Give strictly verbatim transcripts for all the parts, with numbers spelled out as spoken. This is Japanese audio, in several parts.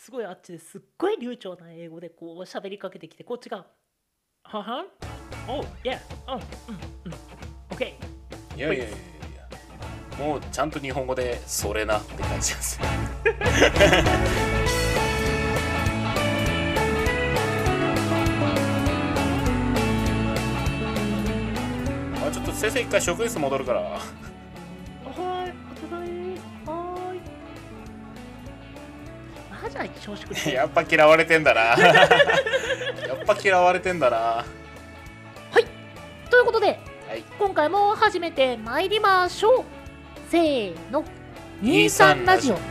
すごいあっちですっごい流暢な英語でこう喋りかけてきて、こっちが「はは Oh yeah うんうんうん OK いやいやいやいや、もうちゃんと日本語でそれなって感じですよあ、ちょっと先生一回職員室戻るからはい、あとだいはーい。マジで調子くるやっぱ嫌われてんだなやっぱ嫌われてんだな。 はい、ということではい、 今回も始めてまいりましょう。せーの、にじゅうさんラジオ。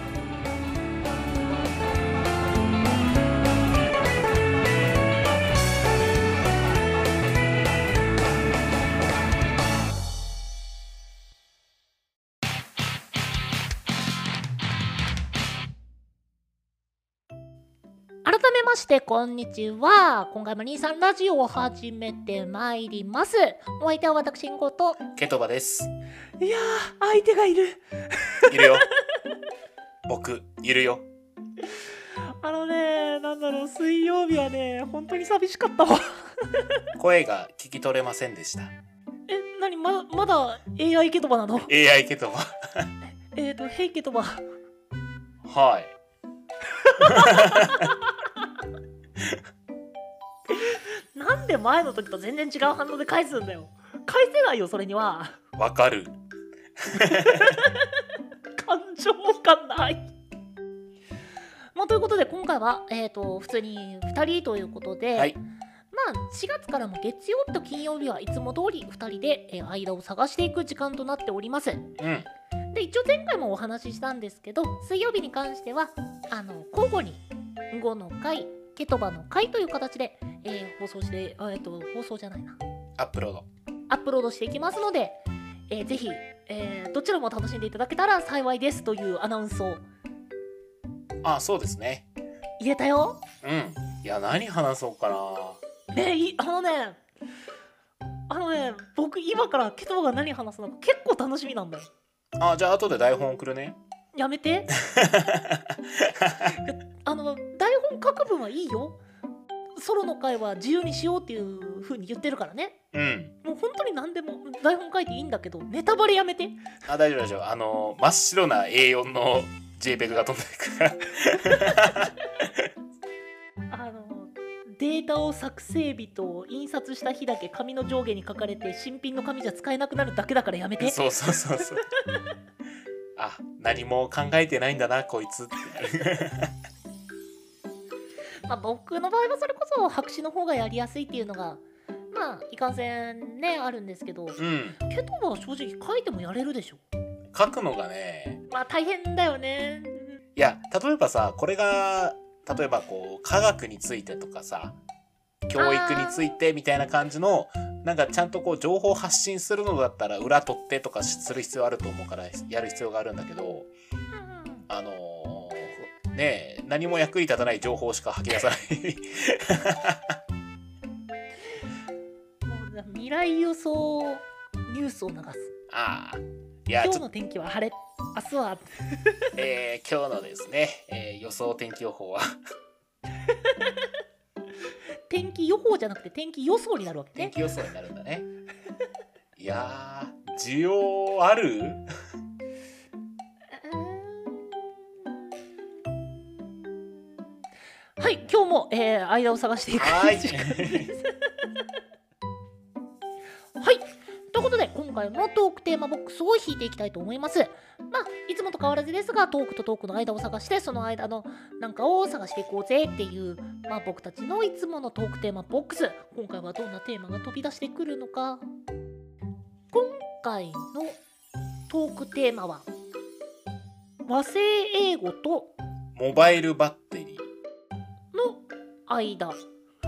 改めましてこんにちは。今回もにじゅうさんラジオを始めてまいります。お相手は私んことケトバです。 いやー、相手がいるいるよ僕いるよ。 あのね、なんだろう、水曜日はね、本当に寂しかったわ声が聞き取れませんでした。 え、なに、ままだ エーアイ ケトバなの？ エーアイ ケトバえーと、ヘイケトバはいなんで前の時と全然違う反応で返すんだよ。返せないよ、それには。 わかる感情がない。まあ、ということで今回は、えーと、普通にふたりということで、 はい、 まあしがつからも月曜日と金曜日はいつも通りふたりで、えー間を探していく時間となっております。 うんで、一応前回もお話ししたんですけど、水曜日に関してはあの交互にごの回、ケトバの回という形で、えー放送して、えーと放送じゃないなアップロードアップロードしていきますので、えーぜひ、えーどちらも楽しんでいただけたら幸いですというアナウンスをあ、そうですね。 言えたよ。 うん。いや、何話そうかな。 ねえ、いあのねあのね僕今からケトバが何話すのか結構楽しみなんだよ。 あ、じゃあ後で台本送るね。 やめてあの台本書く分はいいよ。ソロの回は自由にしようっていう風に言ってるからね。 うん。 もう本当に何でも台本書いていいんだけど、ネタバレやめて。 あ、大丈夫大丈夫。あの真っ白な エーよん の ジェイペグ が飛んでくるからあのデータを作成日と印刷した日だけ紙の上下に書かれて新品の紙じゃ使えなくなるだけだからやめて。 そうそうそうそうあ、何も考えてないんだなこいつってまあ僕の場合はそれこそ白紙の方がやりやすいっていうのがまあいかんせんねあるんですけど、 うん。 ケトバは正直書いてもやれるでしょ。 書くのがね、 まあ大変だよね。 いや、例えばさ、これが例えばこう科学についてとかさ、教育についてみたいな感じのなんかちゃんとこう情報発信するのだったら裏取ってとかする必要あると思うからやる必要があるんだけど、 うんうんうん、 あのー、ねえ、何も役に立たない情報しか吐き出さないもう未来予想ニュースを流す。 ああ、いや、 今日ちょっとの天気は晴れ、明日はえー、今日のですね、えー、予想天気予報は天気予報じゃなくて天気予想になるわけね。 天気予想になるんだね。いやー、需要ある？ はい、今日も、えー、間を探していくはい時間ですはい、ということで今回もトークテーマボックスを引いていきたいと思います。まあいつもと変わらずですが、トークとトークの間を探してその間のなんかを探していこうぜっていう、まあ僕たちのいつものトークテーマボックス。今回はどんなテーマが飛び出してくるのか。今回のトークテーマは和製英語とモバイルバッテリー。 の間。 ほう。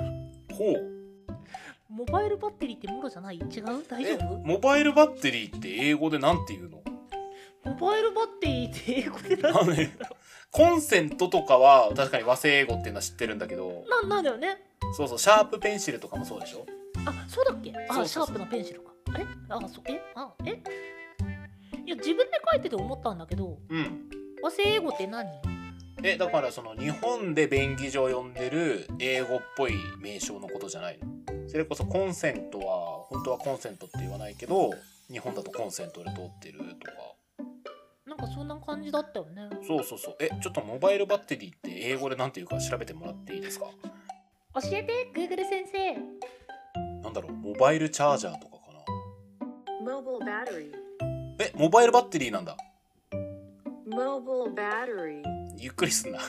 モバイルバッテリーってもろじゃない？違う？大丈え、 夫？ モバイルバッテリーって英語でなんて言うの？ モバイルバッテリーって英語でななんんでコンセントとかは確かに和製英語っていうのは知ってるんだけど、 な、なんだよね。 そうそう、シャープペンシルとかもそうでしょ？ あ、そうだっけ？あ、 そうそうそうシャープなペンシルか。あれ？あ、そえ？あ、え？いや自分で書いてて思ったんだけど、 うん。 和製英語って何？ え、だからその日本で便宜上呼んでる英語っぽい名称のことじゃないの？それこそコンセントは本当はコンセントって言わないけど日本だとコンセントで通ってるとか。 なんかそんな感じだったよね。 そうそうそう。え、ちょっとモバイルバッテリーって英語でなんていうか調べてもらっていいですか？ 教えて Google 先生。 なんだろう、モバイルチャージャーとかかな。 Mobile battery. え、モバイルバッテリーなんだ。 Mobile battery. ゆっくりすんな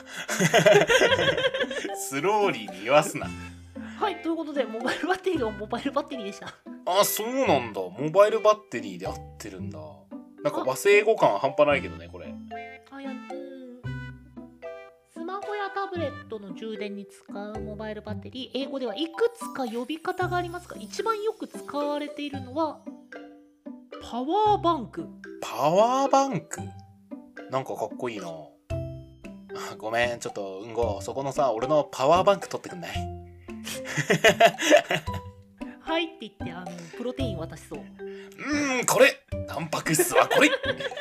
スローリーに言わすな。 はい、ということでモバイルバッテリーはモバイルバッテリーでした。 あ、そうなんだ。モバイルバッテリーで合ってるんだ。なんか和製語感半端ないけどね、これ。 あ、や、うん。スマホやタブレットの充電に使うモバイルバッテリー、英語ではいくつか呼び方がありますが、一番よく使われているのはパワーバンク。 パワーバンクなんかかっこいいな。ごめん、ちょっとうんご、そこのさ、俺のパワーバンク取ってくんない？ はいって言ってあのプロテイン渡しそう。 うーん、これタンパク質はこれ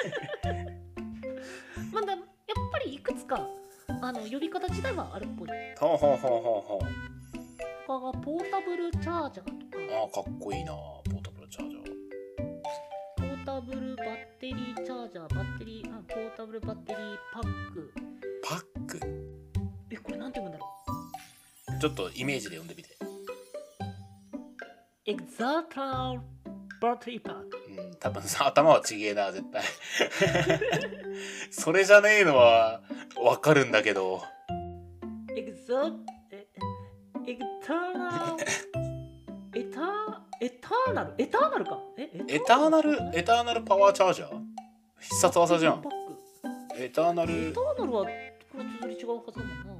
まあ、だやっぱりいくつかあの呼び方自体はあるっぽい。 ほうほうほうほうほう。 他がポータブルチャージャーとか、 あーかっこいいな。ポータブルチャージャー。 ポータブルバッテリーチャージャー、バッテリー、あポータブルバッテリーパック。 パックえ、これなんて読むんだろちょっとイメージで読んでみて。 う。エグザータルバッテリーパック。 うん、多分さ、頭はちげえな、絶対。それじゃねえのはわかるんだけど。 エグザえエグターナルエターエターナルエターナルかえエターナルエターナルパワーチャージャー必殺技じゃん。 パックエターナルエターナルはこれ綴り違うはずだもんな。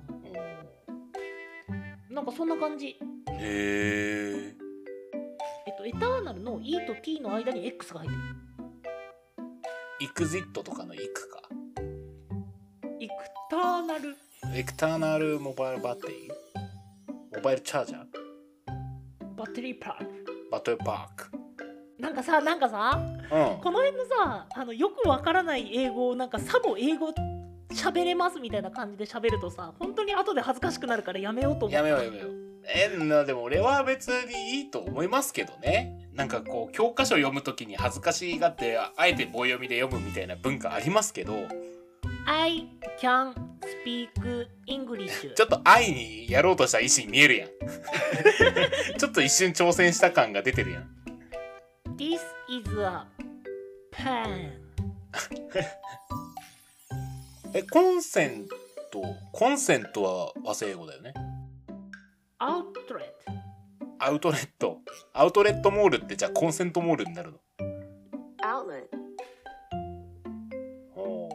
なんかそんな感じ。 へえ。 えっとエターナルの E と T の間に X が入ってる。 イクジットとかのイクか。 エクターナルエクターナルモバイルバッテリーモバイルチャージャーバッテリーパック。 バトルパーク。 なんかさなんかさうん。 この辺のさあのよくわからない英語をなんかさも英語喋れますみたいな感じで喋るとさ本当に後で恥ずかしくなるからやめようと思って。 やめようやめよう。えなでも俺は別にいいと思いますけどね。なんかこう教科書読むときに恥ずかしがってあえて棒読みで読むみたいな文化ありますけど、 I can speak English ちょっと愛にやろうとした意思見えるやんちょっと一瞬挑戦した感が出てるやん。 This is a pen えコンセントコンセントは和製英語だよね。 Outlet アウトレットアウトレットモールってじゃあコンセントモールになるの？ Outlet. お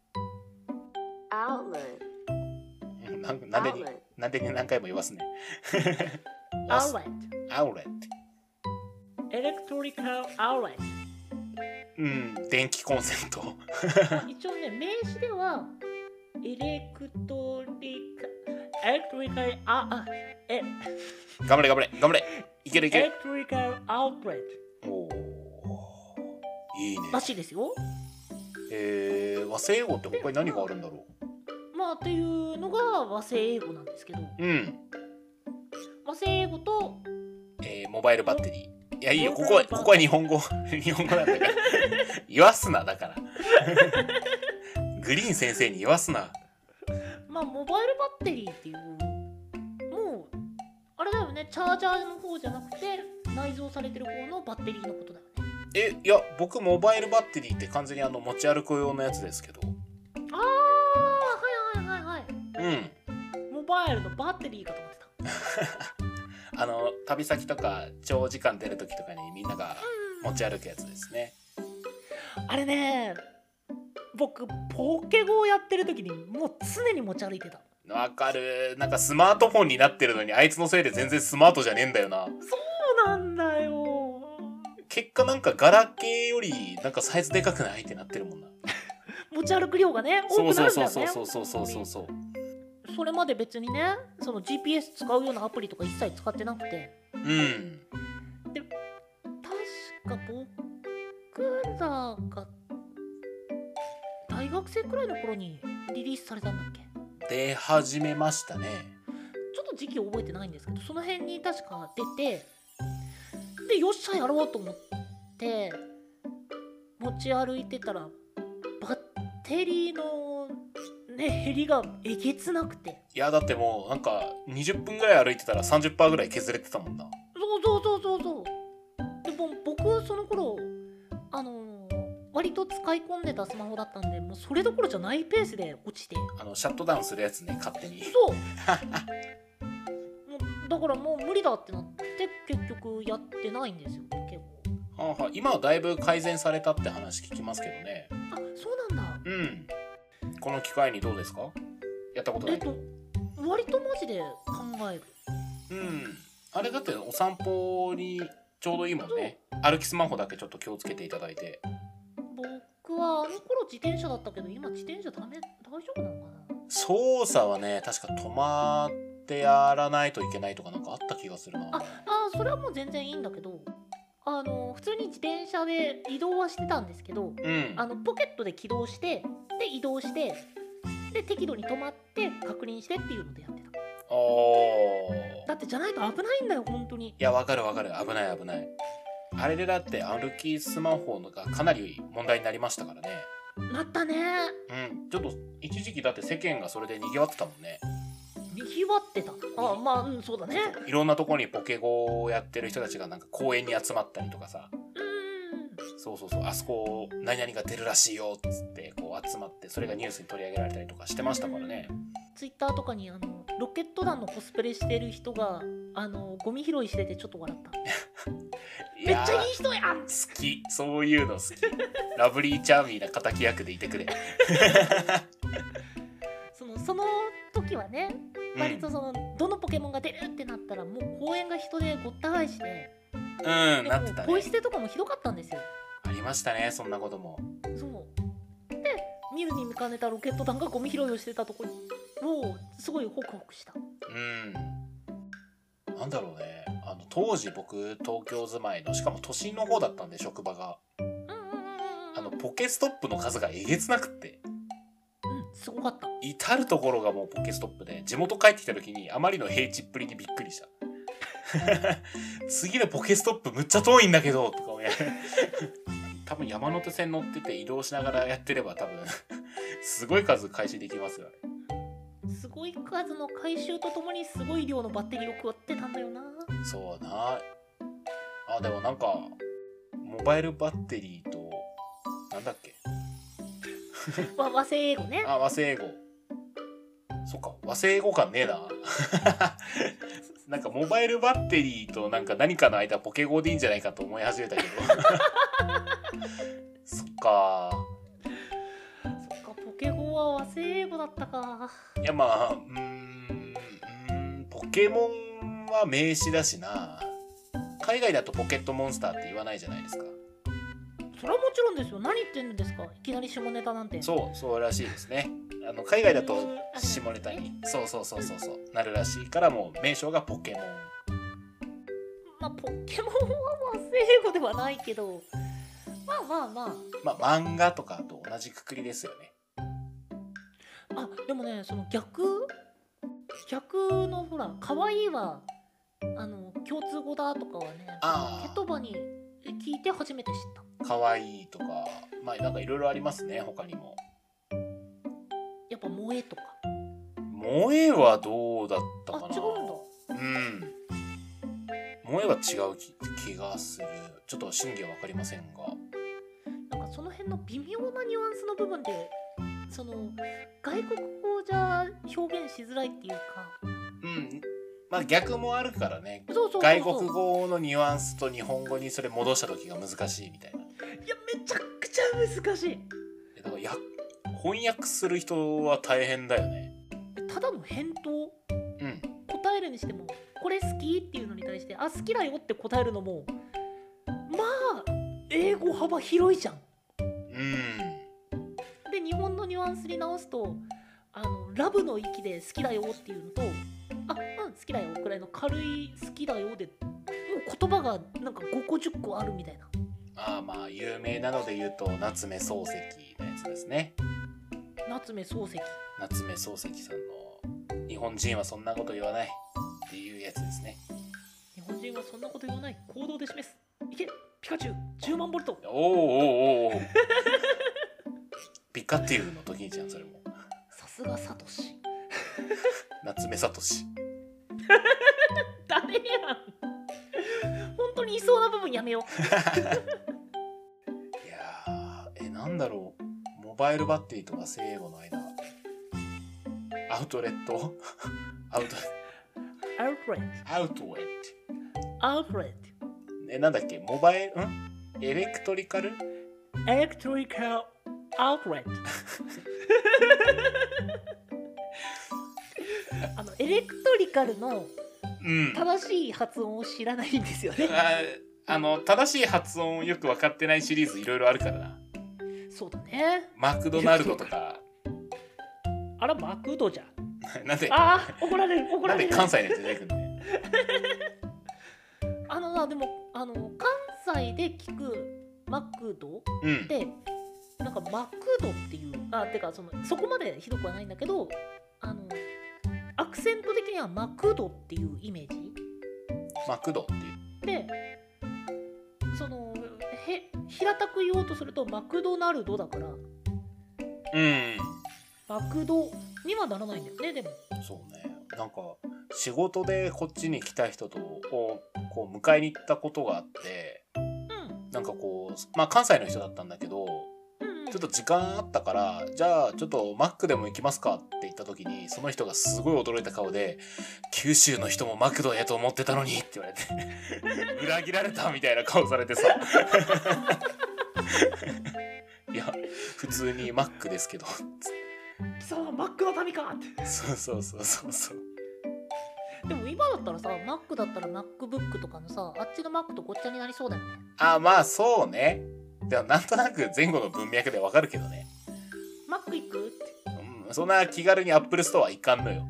Outlet. ーなんなんでに Outlet. なんでに何回も言わすねアウレッアウレット。 トエレクトリカルアウレッうん電気コンセントト一応ね名詞ではエレクトリカエレクトリカルああえ頑張れ頑張れ頑張れいけるいける。 エレクトリカルアウトレッおーいいねト。らしいですよ。 えー、和製英語って他に何があるんだろまあっていうのが和製英語なんですけど、 う。うん和製英語とえー、モバイルバッテリー。いやいいよここはここは日本語日本語なんだから言わすなだからグリーン先生に言わすな。 まあモバイルバッテリーっていうもうあれだよねチャージャーの方じゃなくて内蔵されてる方のバッテリーのことだよね。 えいや僕モバイルバッテリーって完全にあの持ち歩く用のやつですけど。 ああはいはいはいはいうんモバイルのバッテリーかと思ってた。 あの旅先とか長時間出る時とかにみんなが持ち歩くやつですね。 あれね僕ポケゴをやってる時にもう常に持ち歩いてた。 わかる。なんかスマートフォンになってるのにあいつのせいで全然スマートじゃねえんだよな。 そうなんだよ。 結果なんかガラケーよりなんかサイズでかくないってなってるもんな。 持ち歩く量がね多そうくなそうるんだよね。 そうそうそうそうそうそう。 それまで別にねその ジーピーエス 使うようなアプリとか一切使ってなくて、 うん確か僕らが大学生くらいの頃にリリースされたんだっけ。 出始めましたね。 ちょっと時期覚えてないんですけど、その辺に確か出て、でよっしゃやろうと思って持ち歩いてたら、バッテリーのね減りがえげつなくて。 いやだってもうなんかにじゅっぷんぐらい歩いてたら さんじゅっパーセント ぐらい削れてたもんな。 そうそうそうそうそう。でも僕その頃あのー割と使い込んでたスマホだったんで、もうそれどころじゃないペースで落ちて。 あのシャットダウンするやつね、勝手に。 そうもうだからもう無理だってなって結局やってないんですよ結構。 はあはあ、今はだいぶ改善されたって話聞きますけどね。 あ、そうなんだ。 うんこの機会にどうですか？やったことない？ えっと割とマジで考える。 うんあれだってお散歩にちょうどいいもんね。歩きスマホだけちょっと気をつけていただいて。 僕はあの頃自転車だったけど、今自転車ダメ、大丈夫なのかな。 操作はね確か止まってやらないといけないとかなんかあった気がするな。 ああ、それはもう全然いいんだけど、あの普通に自転車で移動はしてたんですけど、 うんあのポケットで起動してで移動してで適度に止まって確認してっていうのでやってた。 おーだってじゃないと危ないんだよ本当に。 いやわかるわかる、危ない危ない。あれでだって歩きスマホのがかなり問題になりましたからね。 なったね。 うんちょっと一時期だって世間がそれで賑わってたもんね。 にぎわってた。あ、まあ、うん、そうだね。 いろんなところにポケゴをやってる人たちがなんか公園に集まったりとかさ、 うーん。 そうそうそう、あそこ何々が出るらしいよっつってこう集まって、それがニュースに取り上げられたりとかしてましたからね。 ツイッターとかにあのロケット団のコスプレしてる人があのゴミ拾いしててちょっと笑った。 いめっちゃーいい人やん。 好き、そういうの好き。ラブリーチャーミーな敵役でいてくれ。 そのその時はね、 うん割とそのどのポケモンが出るってなったらもう公園が人でごった返して、 うんでなってたね。 もうポイ捨てとかもひどかったんですよ。 ありましたねそんなことも。 そうで見るに見かねたロケット団がゴミ拾いをしてたところをすごいホクホクした。 うんなんだろうね、あの当時僕東京住まいの、しかも都心の方だったんで職場が、 うんうんうんうんあのポケストップの数がえげつなくって、 うん、すごかった。 至る所がもうポケストップで、地元帰ってきた時にあまりの平地っぷりにびっくりした。次のポケストップむっちゃ遠いんだけどとか思いながら多分山手線乗ってて移動しながらやってれば多分すごい数回収できますよね。 すごい数の回収とともにすごい量のバッテリーを食ってたんだよな。 そうなあ。でもなんかモバイルバッテリーとなんだっけわ和製英語ね。 あ和製英語、そっか和製英語感ねえななんかモバイルバッテリーとなんか何かの間ポケゴーでいいんじゃないかと思い始めたけどそっかそっか、ポケゴは和製英語だったか。 いやまあうーんうーんポケモンは名詞だしな。海外だとポケットモンスターって言わないじゃないですか。 それはもちろんですよ。何言ってんですか、いきなり下ネタなんて。 そうそうらしいですね。あの海外だとうん下ネタにそうそうそうそうそうなるらしいから、もう名称がポケモン。 まあポケモンは和製英語ではないけど、まあまあままあ漫画とかと同じくくりですよね。 あ。あ、でもね、その逆逆のほら可愛いはあの共通語だとかはね、 あーケトバに聞いて初めて知った。 かわいいとか、まあなんかいろいろありますね他にも。 やっぱ萌えとか。 萌えはどうだったあ、 かな。 違うんだ。 うん萌えは違う気気がする。ちょっと真偽は分かりませんが、 なんかその辺の微妙なニュアンスの部分で、その外国語じゃ表現しづらいっていうか。 うんまあ逆もあるからね。 そうそうそうそう。 外国語のニュアンスと日本語にそれ戻した時が難しいみたいな。 いや、めちゃくちゃ難しい。 だからや翻訳する人は大変だよね。 ただの返答、 うん答えるにしてもこれ好きっていうのに対してあ好きだよって答えるのもまあ英語幅広いじゃん。 うんで日本のニュアンスに直すとあのラブの域で好きだよっていうのとあうん好きだよくらいの軽い好きだよでもう言葉がなんかごこじゅっこあるみたいな。 ああまあ有名なので言うと夏目漱石のやつですね。 夏目漱石。 夏目漱石さんの日本人はそんなこと言わないっていうやつですね。 日本人はそんなこと言わない。行動で示す。いけピカチュウじゅうまんボルト。 おーおーおーおーピカティウの時じゃんそれも。 さすがサトシ。 夏目聡。 誰やん。本当にいそうな部分やめよう。 いやーえなんだろう、モバイルバッテリーとか生後の間、アウトレットアウトアウトレッアウトレットト。アウトレッえなんだっけ、モバイルんエレクトリカルト。エレクトリカルアウトレット。あのエレクトリカルのうん正しい発音を知らないんですよね。 ああの正しい発音よく分かってないシリーズいろいろあるからな。 そうだね。 マクドナルドとかあらマクドじゃん。 なんでああ怒られる怒なんでられる。 関西のやつ出てくるんだよ。 あのなでもあの関西で聞くマクドうんでなんかマクドっていうあてかそのそこまでひどくはないんだけどあのアクセント的にはマクドっていうイメージマクドっていうでそのへ平たく言おうとするとマクドナルドだからうんマクドにはならないんだよね。でもそうね、なんか仕事でこっちに来た人とこうこう迎えに行ったことがあって、 うんなんかこうまあ関西の人だったんだけど、 うんうんちょっと時間あったからじゃあちょっとマックでも行きますかって言った時にその人がすごい驚いた顔で九州の人もマクドやと思ってたのにって言われて裏切られたみたいな顔されてさいや普通にマックですけど貴様マックの民かってそうそうそうそうそうでも今だったらさマックだったら MacBook とかのさあっちのマックとごっちゃになりそうだよね。 あまあそうね。でもなんとなく前後の文脈でわかるけどね、 マック行くってうん、そんな気軽にアップルストア行かんのよ。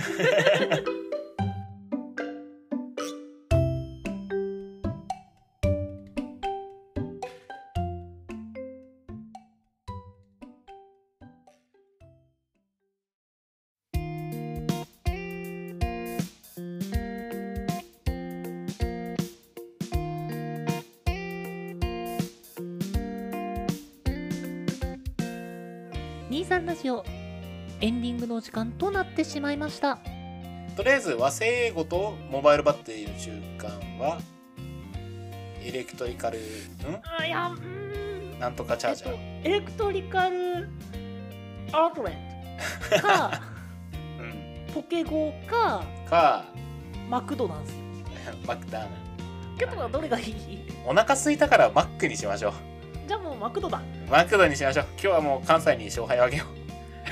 にじゅうさんラジオエンディングの時間となってしまいました。 とりあえず和製英語とモバイルバッテリーの中間はエレクトリカルんあいやうーんなんとかチャージャー、 えっとエレクトリカルアウトレットかうんポケゴかかマクドナルド。 マクダーナけどどれがいい？ お腹空いたからマックにしましょう。 じゃあもうマクドだ。 マクドにしましょう。今日はもう関西に勝敗をあげよう。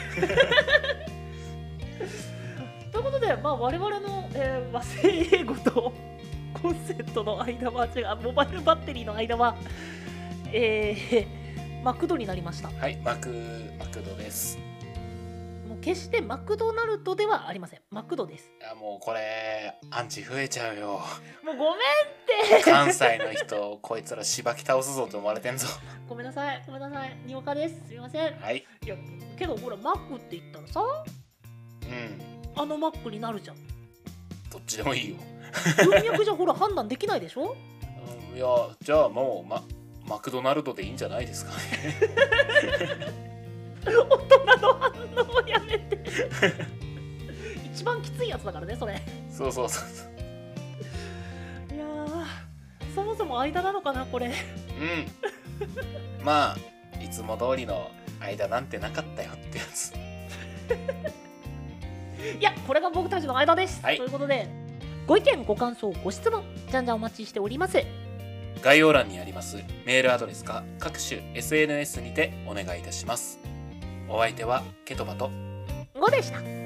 ということで、まあ、我々の、えー和製英語とコンセントの間は違うモバイルバッテリーの間は、えー、マクドになりました。もはいマクマクドです。 う決してマクドナルドではありません。マクドです。 いやもうこれアンチ増えちゃうよ。 もうごめんって関西の人こいつらしばき倒すぞと思われてんぞ。 ごめんなさいごめんなさいにわかです。すみません。 はいいやけどほらマックって言ったらさうんあのマックになるじゃん。 どっちでもいいよ。 文脈じゃほら判断できないでしょ。 うん、いやじゃあもう、ま、マクドナルドでいいんじゃないですかね。 大人の反応をやめて。一番きついやつだからねそれ。 そうそうそうそう。 いやーそもそも間なのかなこれ。 うんまあいつも通りの間なんてなかったよってやつ。 いやこれが僕たちの間です、 はいということでご意見ご感想ご質問じゃんじゃんお待ちしております。 概要欄にありますメールアドレスか各種 エスエヌエス にてお願いいたします。お相手はケトバとごでした。